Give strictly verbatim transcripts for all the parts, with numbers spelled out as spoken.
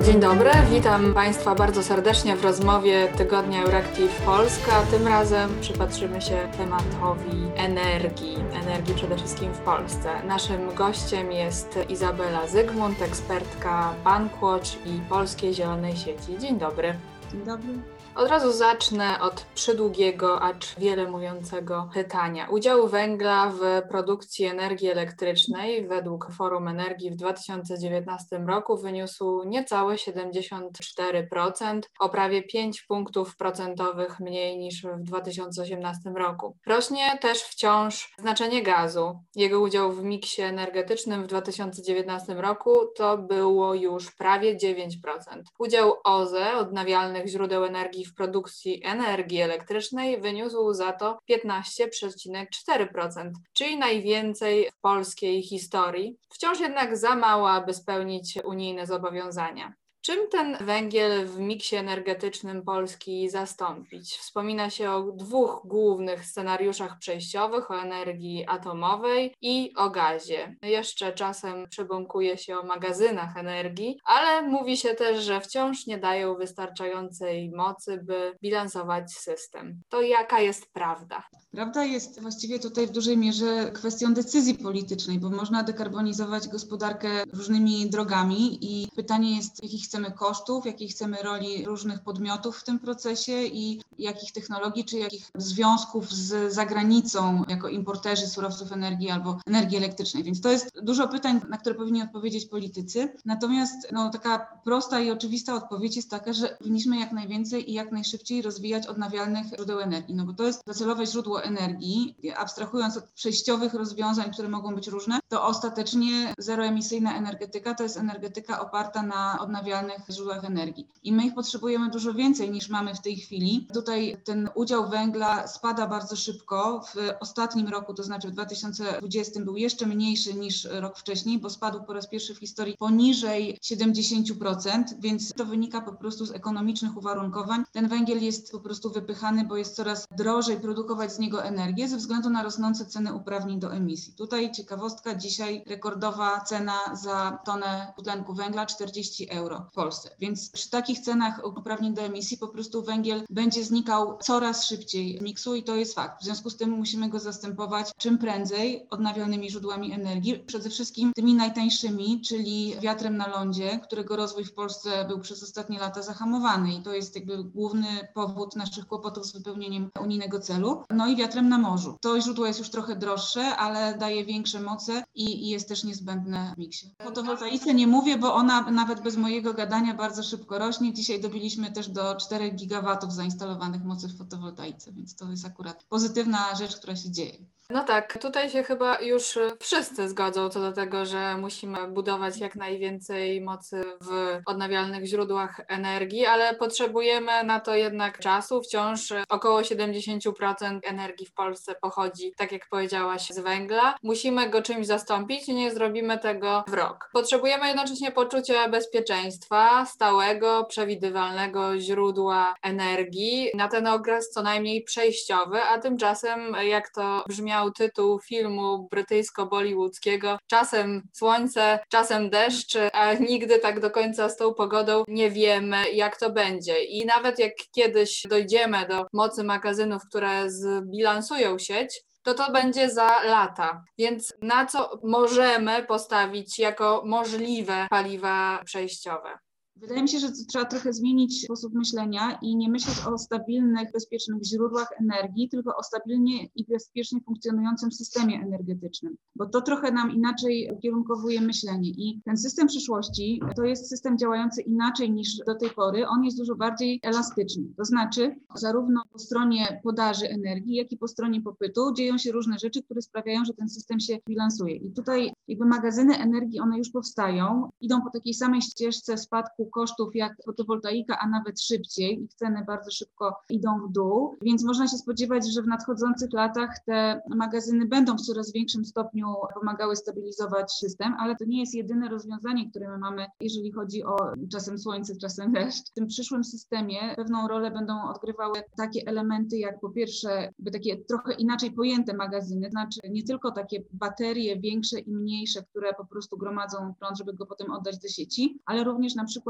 Dzień dobry, witam Państwa bardzo serdecznie w rozmowie Tygodnia Euractiv Polska. Tym razem przypatrzymy się tematowi energii, energii przede wszystkim w Polsce. Naszym gościem jest Izabela Zygmunt, ekspertka Bankwatch i Polskiej Zielonej Sieci. Dzień dobry. Dzień dobry. Od razu zacznę od przydługiego, acz wiele mówiącego pytania. Udział węgla w produkcji energii elektrycznej według Forum Energii w dwa tysiące dziewiętnastym roku wyniósł niecałe siedemdziesiąt cztery procent, o prawie pięć punktów procentowych mniej niż w dwa tysiące osiemnastym roku. Rośnie też wciąż znaczenie gazu. Jego udział w miksie energetycznym w dwa tysiące dziewiętnastym roku to było już prawie dziewięć procent. Udział O Z E, odnawialnych źródeł energii w produkcji energii elektrycznej wyniósł za to piętnaście przecinek cztery procent, czyli najwięcej w polskiej historii. Wciąż jednak za mało, aby spełnić unijne zobowiązania. Czym ten węgiel w miksie energetycznym Polski zastąpić? Wspomina się o dwóch głównych scenariuszach przejściowych, o energii atomowej i o gazie. Jeszcze czasem przebąkuje się o magazynach energii, ale mówi się też, że wciąż nie dają wystarczającej mocy, by bilansować system. To jaka jest prawda? Prawda jest właściwie tutaj w dużej mierze kwestią decyzji politycznej, bo można dekarbonizować gospodarkę różnymi drogami i pytanie jest, jakich chcemy kosztów, jakiej chcemy roli różnych podmiotów w tym procesie i jakich technologii, czy jakich związków z zagranicą jako importerzy surowców energii albo energii elektrycznej. Więc to jest dużo pytań, na które powinni odpowiedzieć politycy. Natomiast no, taka prosta i oczywista odpowiedź jest taka, że powinniśmy jak najwięcej i jak najszybciej rozwijać odnawialnych źródeł energii, no bo to jest docelowe źródło energii. Abstrahując od przejściowych rozwiązań, które mogą być różne, to ostatecznie zeroemisyjna energetyka to jest energetyka oparta na odnawialnych źródłach energii. I my ich potrzebujemy dużo więcej niż mamy w tej chwili. Tutaj ten udział węgla spada bardzo szybko. W ostatnim roku, to znaczy w dwa tysiące dwudziestym był jeszcze mniejszy niż rok wcześniej, bo spadł po raz pierwszy w historii poniżej siedemdziesiąt procent, więc to wynika po prostu z ekonomicznych uwarunkowań. Ten węgiel jest po prostu wypychany, bo jest coraz drożej produkować z niego energię ze względu na rosnące ceny uprawnień do emisji. Tutaj ciekawostka, dzisiaj rekordowa cena za tonę dwutlenku węgla czterdzieści euro w Polsce. Więc przy takich cenach uprawnień do emisji po prostu węgiel będzie znikał coraz szybciej z miksu i to jest fakt. W związku z tym musimy go zastępować czym prędzej odnawialnymi źródłami energii, przede wszystkim tymi najtańszymi, czyli wiatrem na lądzie, którego rozwój w Polsce był przez ostatnie lata zahamowany i to jest jakby główny powód naszych kłopotów z wypełnieniem unijnego celu. No i wiatrem na morzu. To źródło jest już trochę droższe, ale daje większe moce i, i jest też niezbędne w miksie. O fotowoltaice nie mówię, bo ona nawet bez mojego gadania bardzo szybko rośnie. Dzisiaj dobiliśmy też do czterech gigawatów zainstalowanych mocy w fotowoltaice, więc to jest akurat pozytywna rzecz, która się dzieje. No tak, tutaj się chyba już wszyscy zgodzą co do tego, że musimy budować jak najwięcej mocy w odnawialnych źródłach energii, ale potrzebujemy na to jednak czasu. Wciąż około siedemdziesiąt procent energii w Polsce pochodzi, tak jak powiedziałaś, z węgla. Musimy go czymś zastąpić i nie zrobimy tego w rok. Potrzebujemy jednocześnie poczucia bezpieczeństwa, stałego, przewidywalnego źródła energii na ten okres co najmniej przejściowy, a tymczasem, jak to brzmiało, miał tytuł filmu brytyjsko-bollywoodzkiego czasem słońce, czasem deszcz, a nigdy tak do końca z tą pogodą nie wiemy, jak to będzie. I nawet jak kiedyś dojdziemy do mocy magazynów, które zbilansują sieć, to to będzie za lata. Więc na co możemy postawić jako możliwe paliwa przejściowe? Wydaje mi się, że trzeba trochę zmienić sposób myślenia i nie myśleć o stabilnych, bezpiecznych źródłach energii, tylko o stabilnie i bezpiecznie funkcjonującym systemie energetycznym, bo to trochę nam inaczej ukierunkowuje myślenie. I ten system przyszłości to jest system działający inaczej niż do tej pory. On jest dużo bardziej elastyczny. To znaczy, zarówno po stronie podaży energii, jak i po stronie popytu dzieją się różne rzeczy, które sprawiają, że ten system się bilansuje. I tutaj jakby magazyny energii, one już powstają, idą po takiej samej ścieżce spadku kosztów jak fotowoltaika, a nawet szybciej. Ich ceny bardzo szybko idą w dół, więc można się spodziewać, że w nadchodzących latach te magazyny będą w coraz większym stopniu pomagały stabilizować system, ale to nie jest jedyne rozwiązanie, które my mamy, jeżeli chodzi o czasem słońce, czasem deszcz. W tym przyszłym systemie pewną rolę będą odgrywały takie elementy jak po pierwsze takie trochę inaczej pojęte magazyny, znaczy nie tylko takie baterie większe i mniejsze, które po prostu gromadzą prąd, żeby go potem oddać do sieci, ale również na przykład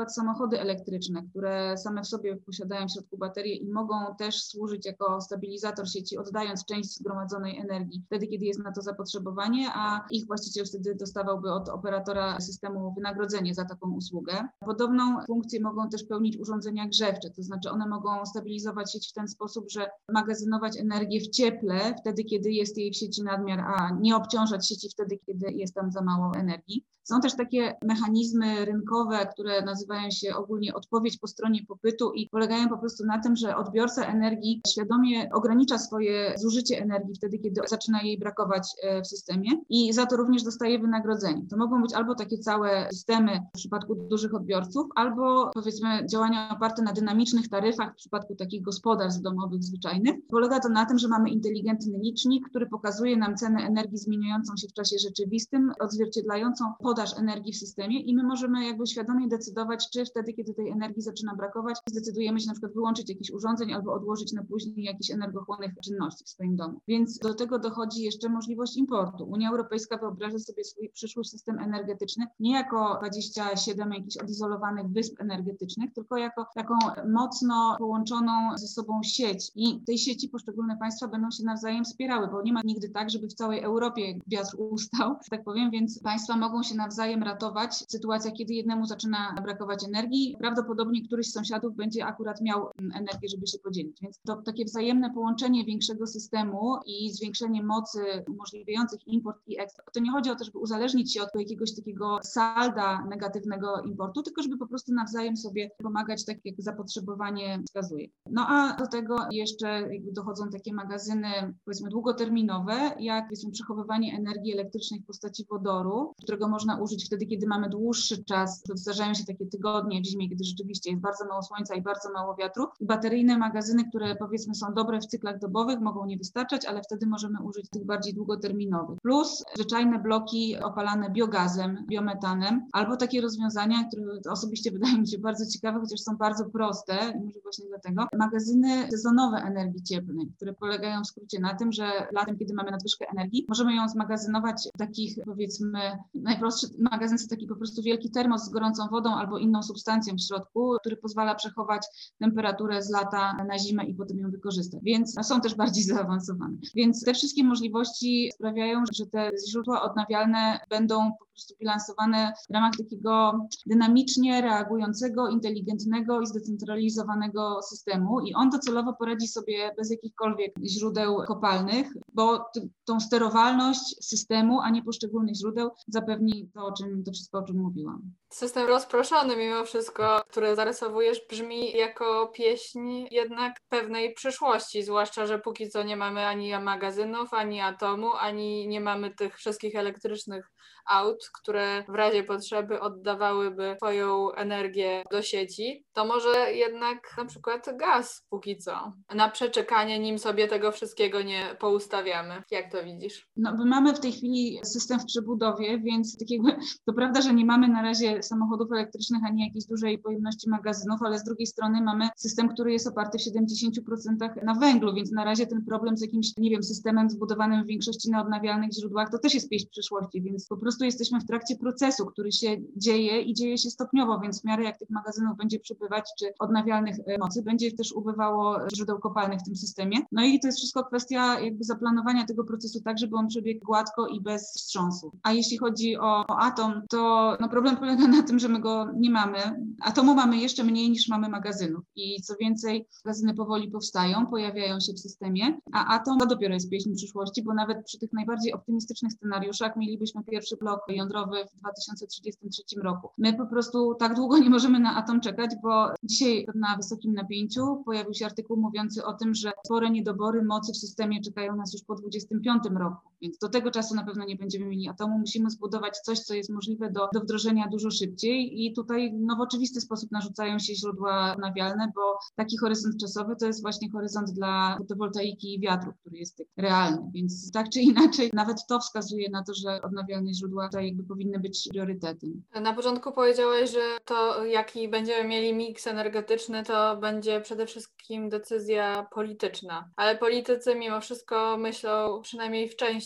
przykład samochody elektryczne, które same w sobie posiadają w środku baterie i mogą też służyć jako stabilizator sieci, oddając część zgromadzonej energii wtedy, kiedy jest na to zapotrzebowanie, a ich właściciel wtedy dostawałby od operatora systemu wynagrodzenie za taką usługę. Podobną funkcję mogą też pełnić urządzenia grzewcze, to znaczy one mogą stabilizować sieć w ten sposób, że magazynować energię w cieple wtedy, kiedy jest jej w sieci nadmiar, a nie obciążać sieci wtedy, kiedy jest tam za mało energii. Są też takie mechanizmy rynkowe, które nazywają się ogólnie odpowiedź po stronie popytu i polegają po prostu na tym, że odbiorca energii świadomie ogranicza swoje zużycie energii wtedy, kiedy zaczyna jej brakować w systemie i za to również dostaje wynagrodzenie. To mogą być albo takie całe systemy w przypadku dużych odbiorców, albo powiedzmy działania oparte na dynamicznych taryfach w przypadku takich gospodarstw domowych zwyczajnych. Polega to na tym, że mamy inteligentny licznik, który pokazuje nam cenę energii zmieniającą się w czasie rzeczywistym, odzwierciedlającą podaż energii w systemie i my możemy jakby świadomie decydować, czy wtedy, kiedy tej energii zaczyna brakować, zdecydujemy się na przykład wyłączyć jakieś urządzeń albo odłożyć na później jakichś energochłonnych czynności w swoim domu. Więc do tego dochodzi jeszcze możliwość importu. Unia Europejska wyobraża sobie swój przyszły system energetyczny nie jako dwadzieścia siedem jakichś odizolowanych wysp energetycznych, tylko jako taką mocno połączoną ze sobą sieć i w tej sieci poszczególne państwa będą się nawzajem wspierały, bo nie ma nigdy tak, żeby w całej Europie wiatr ustał, że tak powiem, więc państwa mogą się nawzajem ratować w sytuacjach, kiedy jednemu zaczyna brakować energii. Prawdopodobnie któryś z sąsiadów będzie akurat miał energię, żeby się podzielić. Więc to takie wzajemne połączenie większego systemu i zwiększenie mocy umożliwiających import i eksport. To nie chodzi o to, żeby uzależnić się od jakiegoś takiego salda negatywnego importu, tylko żeby po prostu nawzajem sobie pomagać tak, jak zapotrzebowanie wskazuje. No a do tego jeszcze jakby dochodzą takie magazyny, powiedzmy długoterminowe, jak powiedzmy przechowywanie energii elektrycznej w postaci wodoru, którego można użyć wtedy, kiedy mamy dłuższy czas. To zdarzają się takie tygodnie w zimie, kiedy rzeczywiście jest bardzo mało słońca i bardzo mało wiatru. I bateryjne magazyny, które powiedzmy są dobre w cyklach dobowych, mogą nie wystarczać, ale wtedy możemy użyć tych bardziej długoterminowych. Plus zwyczajne bloki opalane biogazem, biometanem, albo takie rozwiązania, które osobiście wydają mi się bardzo ciekawe, chociaż są bardzo proste i może właśnie dlatego. Magazyny sezonowe energii cieplnej, które polegają w skrócie na tym, że latem, kiedy mamy nadwyżkę energii, możemy ją zmagazynować w takich, powiedzmy, najprostszy magazyn to taki po prostu wielki termos z gorącą wodą albo inną substancją w środku, który pozwala przechować temperaturę z lata na zimę i potem ją wykorzystać. Więc są też bardziej zaawansowane. Więc te wszystkie możliwości sprawiają, że te źródła odnawialne będą po prostu bilansowane w ramach takiego dynamicznie reagującego, inteligentnego i zdecentralizowanego systemu i on docelowo poradzi sobie bez jakichkolwiek źródeł kopalnych, bo t- tą sterowalność systemu, a nie poszczególnych źródeł zapewni to, o czym, to wszystko, o czym mówiłam. System rozproszony mimo wszystko, który zarysowujesz, brzmi jako pieśń jednak pewnej przyszłości, zwłaszcza, że póki co nie mamy ani magazynów, ani atomu, ani nie mamy tych wszystkich elektrycznych aut, które w razie potrzeby oddawałyby swoją energię do sieci, to może jednak na przykład gaz póki co. Na przeczekanie, nim sobie tego wszystkiego nie poustawiamy. Jak to widzisz? No, my mamy w tej chwili system w przebudowie, więc takiego, to prawda, że nie mamy na razie samochodów elektrycznych ani jakiejś dużej pojemności magazynów, ale z drugiej strony mamy system, który jest oparty w siedemdziesięciu procentach na węglu, więc na razie ten problem z jakimś, nie wiem, systemem zbudowanym w większości na odnawialnych źródłach, to też jest pieśń przyszłości, więc po prostu jesteśmy w trakcie procesu, który się dzieje i dzieje się stopniowo, więc w miarę jak tych magazynów będzie przybywać, czy odnawialnych mocy, będzie też ubywało źródeł kopalnych w tym systemie. No i to jest wszystko kwestia jakby zaplanowania tego procesu tak, żeby on przebiegł gładko i bez wstrząsów. A jeśli chodzi o, o atom, to no problem polega na tym, że my go nie mamy. Atomu mamy jeszcze mniej niż mamy magazynów i co więcej, magazyny powoli powstają, pojawiają się w systemie, a atom to dopiero jest pieśń przyszłości, bo nawet przy tych najbardziej optymistycznych scenariuszach mielibyśmy pierwszy blok jądrowy w dwa tysiące trzydziestym trzecim roku. My po prostu tak długo nie możemy na atom czekać, bo dzisiaj na wysokim napięciu pojawił się artykuł mówiący o tym, że spore niedobory mocy w systemie czekają nas już po dwudziestym piątym roku, więc do tego czasu na pewno nie będziemy mieli atomu. Musimy zbudować coś, co jest możliwe do, do wdrożenia dużo szybciej i tutaj no, w oczywisty sposób narzucają się źródła odnawialne, bo taki horyzont czasowy to jest właśnie horyzont dla fotowoltaiki i wiatru, który jest realny, więc tak czy inaczej nawet to wskazuje na to, że odnawialne źródła tutaj jakby powinny być priorytetem. Na początku powiedziałeś, że to jaki będziemy mieli miks energetyczny, to będzie przede wszystkim decyzja polityczna, ale politycy mimo wszystko myślą przynajmniej w części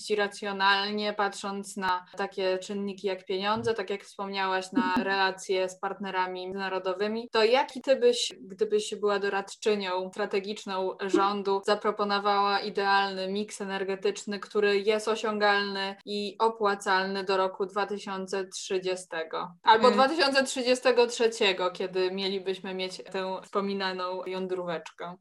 zupełności racjonalnie, patrząc na takie czynniki jak pieniądze, tak jak wspomniałaś, na relacje z partnerami międzynarodowymi, to jaki ty byś, gdybyś była doradczynią strategiczną rządu, zaproponowała idealny miks energetyczny, który jest osiągalny i opłacalny do roku dwa tysiące trzydziestego albo dwa tysiące trzydziestego trzeciego, kiedy mielibyśmy mieć tę wspominaną jądróweczkę?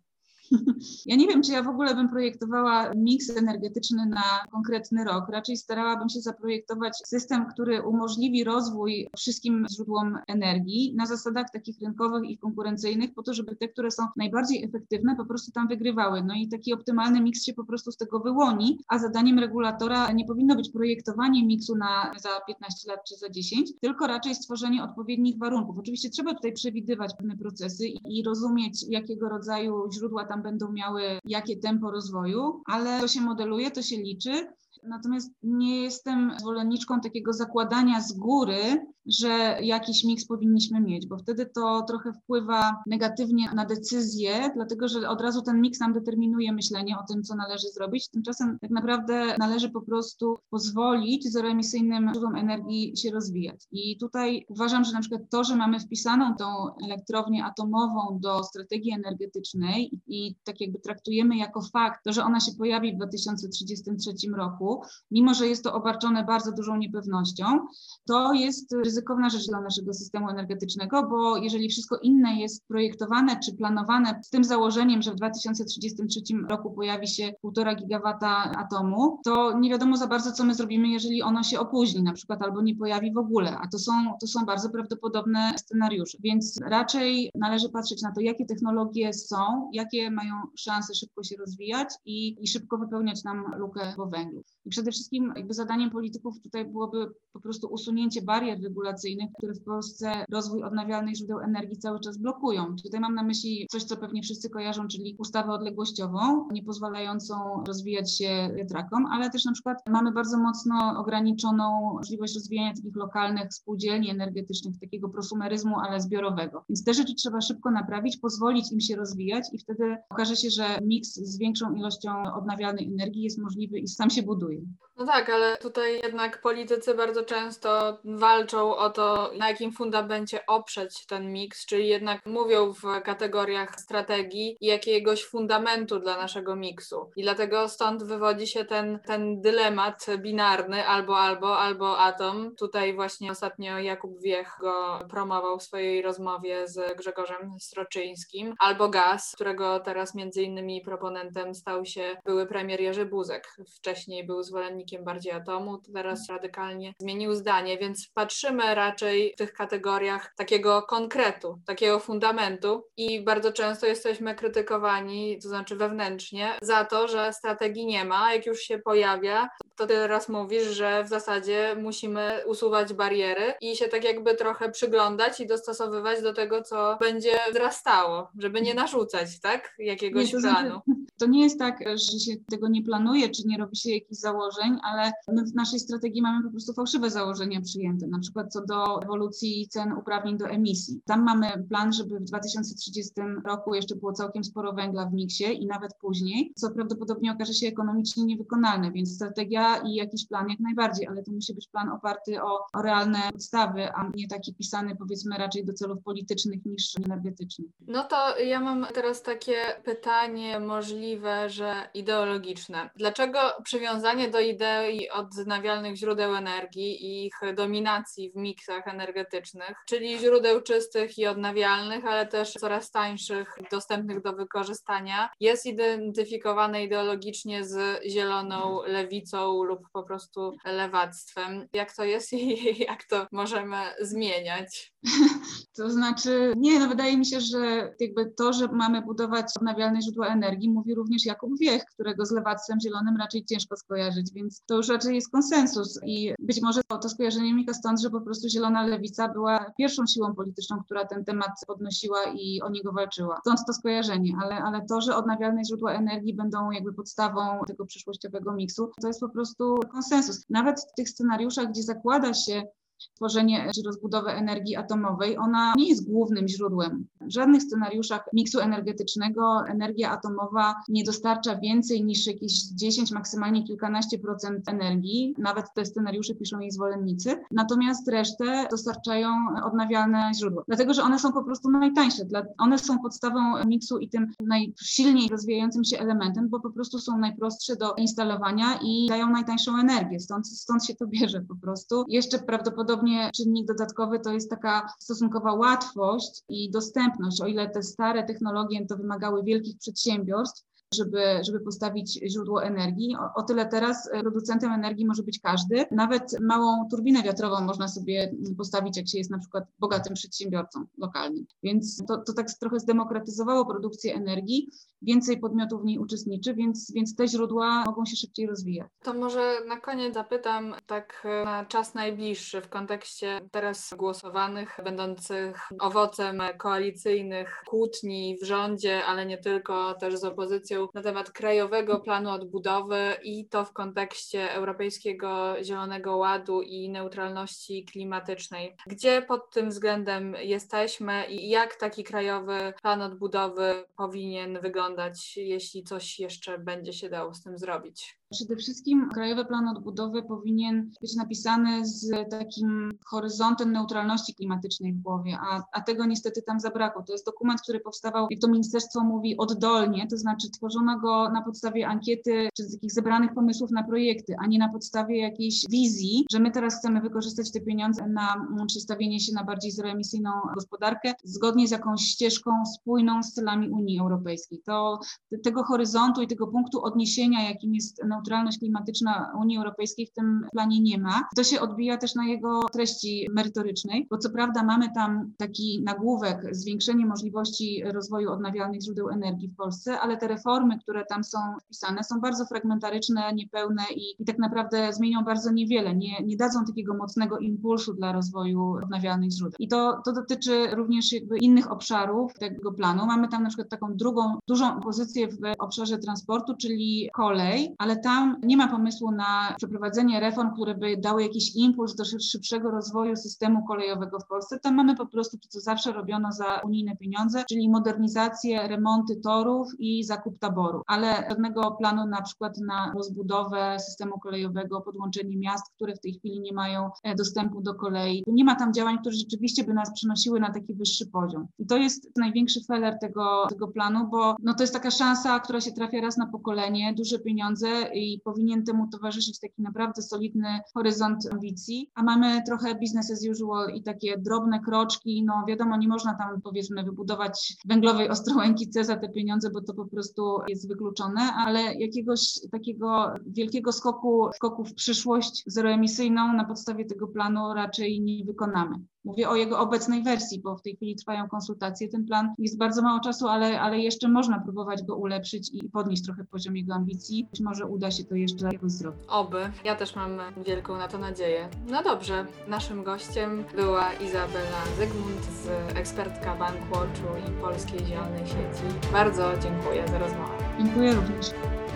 Ja nie wiem, czy ja w ogóle bym projektowała miks energetyczny na konkretny rok. Raczej starałabym się zaprojektować system, który umożliwi rozwój wszystkim źródłom energii na zasadach takich rynkowych i konkurencyjnych, po to, żeby te, które są najbardziej efektywne, po prostu tam wygrywały. No i taki optymalny miks się po prostu z tego wyłoni, a zadaniem regulatora nie powinno być projektowanie miksu na za piętnaście lat czy za dziesięć, tylko raczej stworzenie odpowiednich warunków. Oczywiście trzeba tutaj przewidywać pewne procesy i, i rozumieć, jakiego rodzaju źródła tam będą miały jakie tempo rozwoju, ale to się modeluje, to się liczy. Natomiast nie jestem zwolenniczką takiego zakładania z góry, że jakiś miks powinniśmy mieć, bo wtedy to trochę wpływa negatywnie na decyzje, dlatego że od razu ten miks nam determinuje myślenie o tym, co należy zrobić. Tymczasem tak naprawdę należy po prostu pozwolić zeroemisyjnym źródłom energii się rozwijać. I tutaj uważam, że na przykład to, że mamy wpisaną tą elektrownię atomową do strategii energetycznej i tak jakby traktujemy jako fakt to, że ona się pojawi w dwa tysiące trzydziestym trzecim roku, mimo że jest to obarczone bardzo dużą niepewnością, to jest ryzykowna rzecz dla naszego systemu energetycznego, bo jeżeli wszystko inne jest projektowane czy planowane z tym założeniem, że w dwa tysiące trzydziestym trzecim roku pojawi się półtora gigawata atomu, to nie wiadomo za bardzo, co my zrobimy, jeżeli ono się opóźni na przykład albo nie pojawi w ogóle, a to są, to są bardzo prawdopodobne scenariusze. Więc raczej należy patrzeć na to, jakie technologie są, jakie mają szanse szybko się rozwijać i, i szybko wypełniać nam lukę po węglu. I przede wszystkim jakby zadaniem polityków tutaj byłoby po prostu usunięcie barier regulacyjnych, które w Polsce rozwój odnawialnych źródeł energii cały czas blokują. Tutaj mam na myśli coś, co pewnie wszyscy kojarzą, czyli ustawę odległościową, nie pozwalającą rozwijać się wiatrakom, ale też na przykład mamy bardzo mocno ograniczoną możliwość rozwijania takich lokalnych spółdzielni energetycznych, takiego prosumeryzmu, ale zbiorowego. Więc te rzeczy trzeba szybko naprawić, pozwolić im się rozwijać i wtedy okaże się, że miks z większą ilością odnawialnej energii jest możliwy i sam się buduje. No tak, ale tutaj jednak politycy bardzo często walczą o to, na jakim fundamencie oprzeć ten miks, czyli jednak mówią w kategoriach strategii i jakiegoś fundamentu dla naszego miksu. I dlatego stąd wywodzi się ten, ten dylemat binarny albo albo, albo atom. Tutaj właśnie ostatnio Jakub Wiech go promował w swojej rozmowie z Grzegorzem Stroczyńskim, albo gaz, którego teraz między innymi proponentem stał się były premier Jerzy Buzek. Wcześniej był zwolennikiem bardziej atomu, teraz radykalnie zmienił zdanie, więc patrzymy raczej w tych kategoriach takiego konkretu, takiego fundamentu i bardzo często jesteśmy krytykowani, to znaczy wewnętrznie, za to, że strategii nie ma. Jak już się pojawia, to ty teraz mówisz, że w zasadzie musimy usuwać bariery i się tak jakby trochę przyglądać i dostosowywać do tego, co będzie wzrastało, żeby nie narzucać, tak? Jakiegoś nie, to planu. Znaczy, to nie jest tak, że się tego nie planuje, czy nie robi się jakichś założeń, ale my w naszej strategii mamy po prostu fałszywe założenia przyjęte, na przykład co do ewolucji cen uprawnień do emisji. Tam mamy plan, żeby w dwa tysiące trzydziestym roku jeszcze było całkiem sporo węgla w miksie i nawet później, co prawdopodobnie okaże się ekonomicznie niewykonalne, więc strategia i jakiś plan jak najbardziej, ale to musi być plan oparty o, o realne podstawy, a nie taki pisany powiedzmy raczej do celów politycznych niż energetycznych. No to ja mam teraz takie pytanie możliwe, że ideologiczne. Dlaczego przywiązanie do idei odnawialnych źródeł energii i ich dominacji w miksach energetycznych, czyli źródeł czystych i odnawialnych, ale też coraz tańszych, dostępnych do wykorzystania, jest identyfikowane ideologicznie z zieloną lewicą lub po prostu lewactwem? Jak to jest i jak to możemy zmieniać? To znaczy, nie, no wydaje mi się, że jakby to, że mamy budować odnawialne źródła energii, mówi również Jakub Wiech, którego z lewactwem zielonym raczej ciężko skojarzyć, więc to już raczej jest konsensus i być może to, to skojarzenie wynika stąd, że po prostu zielona lewica była pierwszą siłą polityczną, która ten temat podnosiła i o niego walczyła. Stąd to skojarzenie, ale, ale to, że odnawialne źródła energii będą jakby podstawą tego przyszłościowego miksu, to jest po prostu konsensus. Nawet w tych scenariuszach, gdzie zakłada się tworzenie czy rozbudowę energii atomowej, ona nie jest głównym źródłem. W żadnych scenariuszach miksu energetycznego energia atomowa nie dostarcza więcej niż jakieś dziesięć, maksymalnie kilkanaście procent energii. Nawet te scenariusze piszą jej zwolennicy. Natomiast resztę dostarczają odnawialne źródła. Dlatego, że one są po prostu najtańsze. One są podstawą miksu i tym najsilniej rozwijającym się elementem, bo po prostu są najprostsze do instalowania i dają najtańszą energię. Stąd, stąd się to bierze po prostu. Jeszcze prawdopodobnie czynnik dodatkowy to jest taka stosunkowa łatwość i dostępność. O ile te stare technologie to wymagały wielkich przedsiębiorstw, żeby, żeby postawić źródło energii. O, o tyle teraz producentem energii może być każdy. Nawet małą turbinę wiatrową można sobie postawić, jak się jest na przykład bogatym przedsiębiorcą lokalnym. Więc to, to tak trochę zdemokratyzowało produkcję energii. Więcej podmiotów w niej uczestniczy, więc, więc te źródła mogą się szybciej rozwijać. To może na koniec zapytam tak na czas najbliższy w kontekście teraz głosowanych, będących owocem koalicyjnych kłótni w rządzie, ale nie tylko, też z opozycją na temat Krajowego Planu Odbudowy i to w kontekście Europejskiego Zielonego Ładu i neutralności klimatycznej. Gdzie pod tym względem jesteśmy i jak taki Krajowy Plan Odbudowy powinien wyglądać, jeśli coś jeszcze będzie się dało z tym zrobić? Przede wszystkim Krajowy Plan Odbudowy powinien być napisany z takim horyzontem neutralności klimatycznej w głowie, a, a tego niestety tam zabrakło. To jest dokument, który powstawał, jak to ministerstwo mówi, oddolnie, to znaczy tworzono go na podstawie ankiety czy z takich zebranych pomysłów na projekty, a nie na podstawie jakiejś wizji, że my teraz chcemy wykorzystać te pieniądze na przestawienie się na bardziej zeroemisyjną gospodarkę zgodnie z jakąś ścieżką spójną z celami Unii Europejskiej. To tego horyzontu i tego punktu odniesienia, jakim jest neutralność klimatyczna Unii Europejskiej, w tym planie nie ma. To się odbija też na jego treści merytorycznej, bo co prawda mamy tam taki nagłówek zwiększenie możliwości rozwoju odnawialnych źródeł energii w Polsce, ale te reformy, które tam są wpisane, są bardzo fragmentaryczne, niepełne i, i tak naprawdę zmienią bardzo niewiele, nie, nie dadzą takiego mocnego impulsu dla rozwoju odnawialnych źródeł. I to, to dotyczy również jakby innych obszarów tego planu. Mamy tam na przykład taką drugą, dużą pozycję w obszarze transportu, czyli kolej, ale tam nie ma pomysłu na przeprowadzenie reform, które by dały jakiś impuls do szybszego rozwoju systemu kolejowego w Polsce. Tam mamy po prostu to, co zawsze robiono za unijne pieniądze, czyli modernizację, remonty torów i zakup taboru, ale żadnego planu na przykład na rozbudowę systemu kolejowego, podłączenie miast, które w tej chwili nie mają dostępu do kolei. Nie ma tam działań, które rzeczywiście by nas przenosiły na taki wyższy poziom. I to jest największy feler tego, tego planu, bo no to jest taka szansa, która się trafia raz na pokolenie, duże pieniądze i powinien temu towarzyszyć taki naprawdę solidny horyzont ambicji, a mamy trochę business as usual i takie drobne kroczki, no wiadomo, nie można tam powiedzmy wybudować węglowej Ostrołęki C za te pieniądze, bo to po prostu jest wykluczone, ale jakiegoś takiego wielkiego skoku, skoku w przyszłość zeroemisyjną na podstawie tego planu raczej nie wykonamy. Mówię o jego obecnej wersji, bo w tej chwili trwają konsultacje. Ten plan jest bardzo mało czasu, ale, ale jeszcze można próbować go ulepszyć i podnieść trochę poziom jego ambicji. Być może uda się to jeszcze jakoś zrobić. Oby. Ja też mam wielką na to nadzieję. No dobrze, naszym gościem była Izabela Zygmunt, z ekspertka Bankwatchu i Polskiej Zielonej Sieci. Bardzo dziękuję za rozmowę. Dziękuję również.